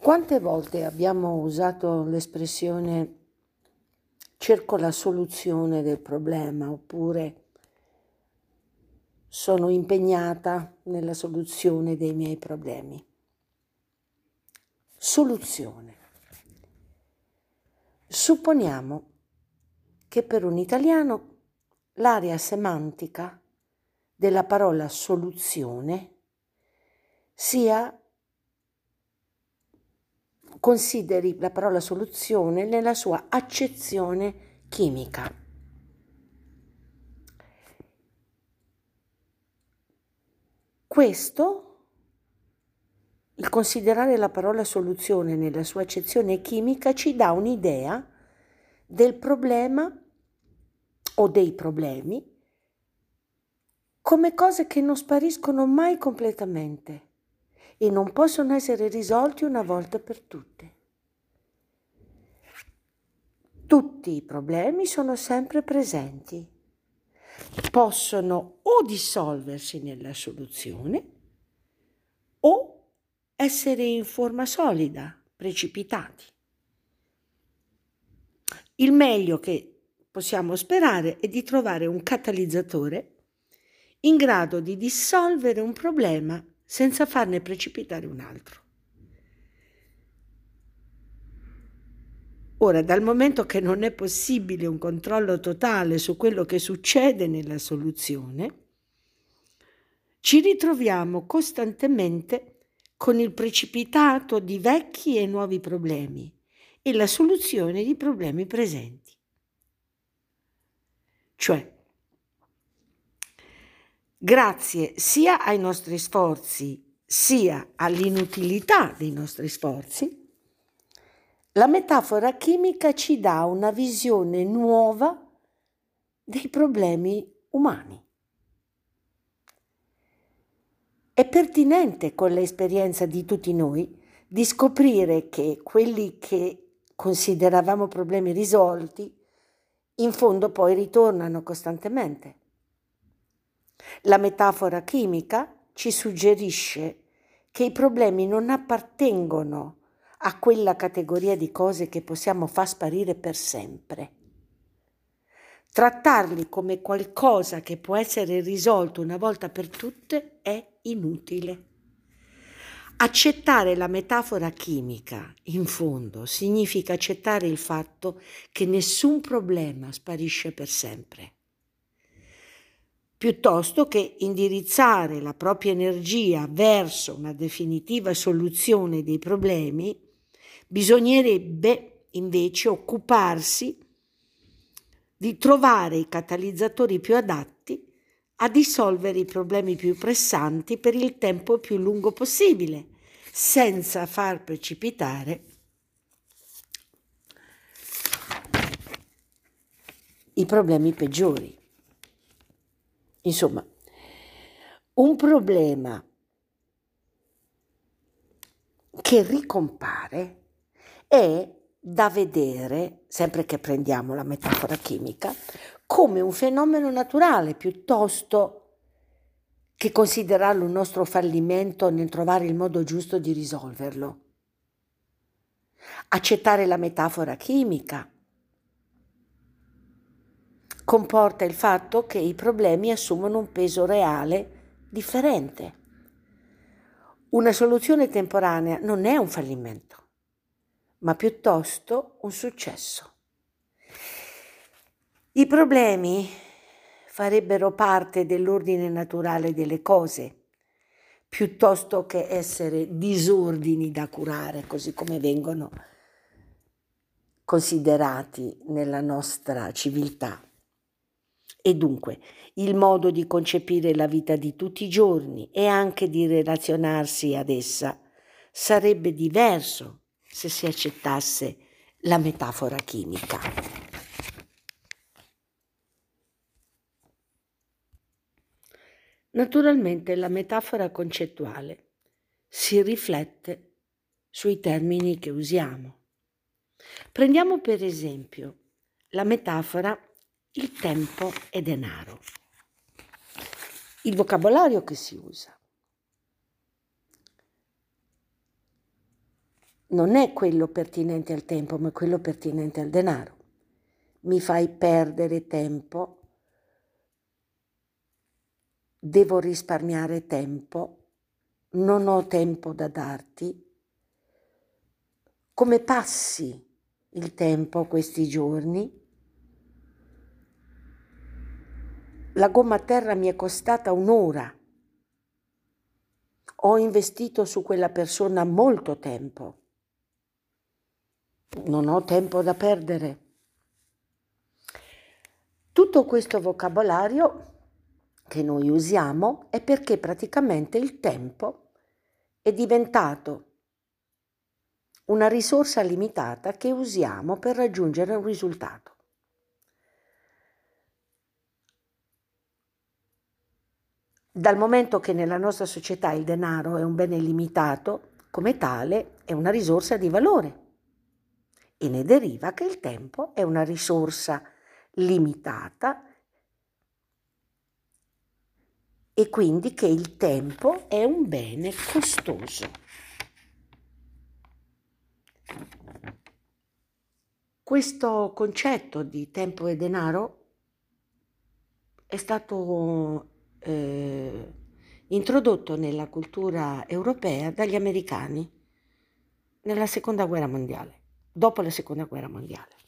Quante volte abbiamo usato l'espressione cerco la soluzione del problema oppure sono impegnata nella soluzione dei miei problemi? Soluzione. Supponiamo che per un italiano l'area semantica della parola soluzione consideri la parola soluzione nella sua accezione chimica. Il considerare la parola soluzione nella sua accezione chimica ci dà un'idea del problema o dei problemi come cose che non spariscono mai completamente e non possono essere risolti una volta per tutte. Tutti i problemi sono sempre presenti, possono o dissolversi nella soluzione o essere in forma solida, precipitati. Il meglio che possiamo sperare è di trovare un catalizzatore in grado di dissolvere un problema senza farne precipitare un altro. Ora, dal momento che non è possibile un controllo totale su quello che succede nella soluzione, ci ritroviamo costantemente con il precipitato di vecchi e nuovi problemi e la soluzione di problemi presenti. Cioè, grazie sia ai nostri sforzi, sia all'inutilità dei nostri sforzi, la metafora chimica ci dà una visione nuova dei problemi umani. È pertinente con l'esperienza di tutti noi di scoprire che quelli che consideravamo problemi risolti, in fondo poi ritornano costantemente. La metafora chimica ci suggerisce che i problemi non appartengono a quella categoria di cose che possiamo far sparire per sempre. Trattarli come qualcosa che può essere risolto una volta per tutte è inutile. Accettare la metafora chimica, in fondo, significa accettare il fatto che nessun problema sparisce per sempre. Piuttosto che indirizzare la propria energia verso una definitiva soluzione dei problemi, bisognerebbe invece occuparsi di trovare i catalizzatori più adatti a dissolvere i problemi più pressanti per il tempo più lungo possibile, senza far precipitare i problemi peggiori. Insomma, un problema che ricompare è da vedere, sempre che prendiamo la metafora chimica, come un fenomeno naturale piuttosto che considerarlo un nostro fallimento nel trovare il modo giusto di risolverlo. Accettare la metafora chimica comporta il fatto che i problemi assumono un peso reale differente. Una soluzione temporanea non è un fallimento, ma piuttosto un successo. I problemi farebbero parte dell'ordine naturale delle cose, piuttosto che essere disordini da curare, così come vengono considerati nella nostra civiltà. E dunque, il modo di concepire la vita di tutti i giorni e anche di relazionarsi ad essa sarebbe diverso se si accettasse la metafora chimica. Naturalmente la metafora concettuale si riflette sui termini che usiamo. Prendiamo per esempio la metafora il tempo è denaro. Il vocabolario che si usa non è quello pertinente al tempo, ma quello pertinente al denaro. Mi fai perdere tempo, devo risparmiare tempo, non ho tempo da darti. Come passi il tempo questi giorni? La gomma a terra mi è costata un'ora. Ho investito su quella persona molto tempo. Non ho tempo da perdere. Tutto questo vocabolario che noi usiamo è perché praticamente il tempo è diventato una risorsa limitata che usiamo per raggiungere un risultato. Dal momento che nella nostra società il denaro è un bene limitato, come tale è una risorsa di valore e ne deriva che il tempo è una risorsa limitata e quindi che il tempo è un bene costoso. Questo concetto di tempo e denaro è stato introdotto nella cultura europea dagli americani nella Seconda Guerra Mondiale, dopo la Seconda Guerra Mondiale.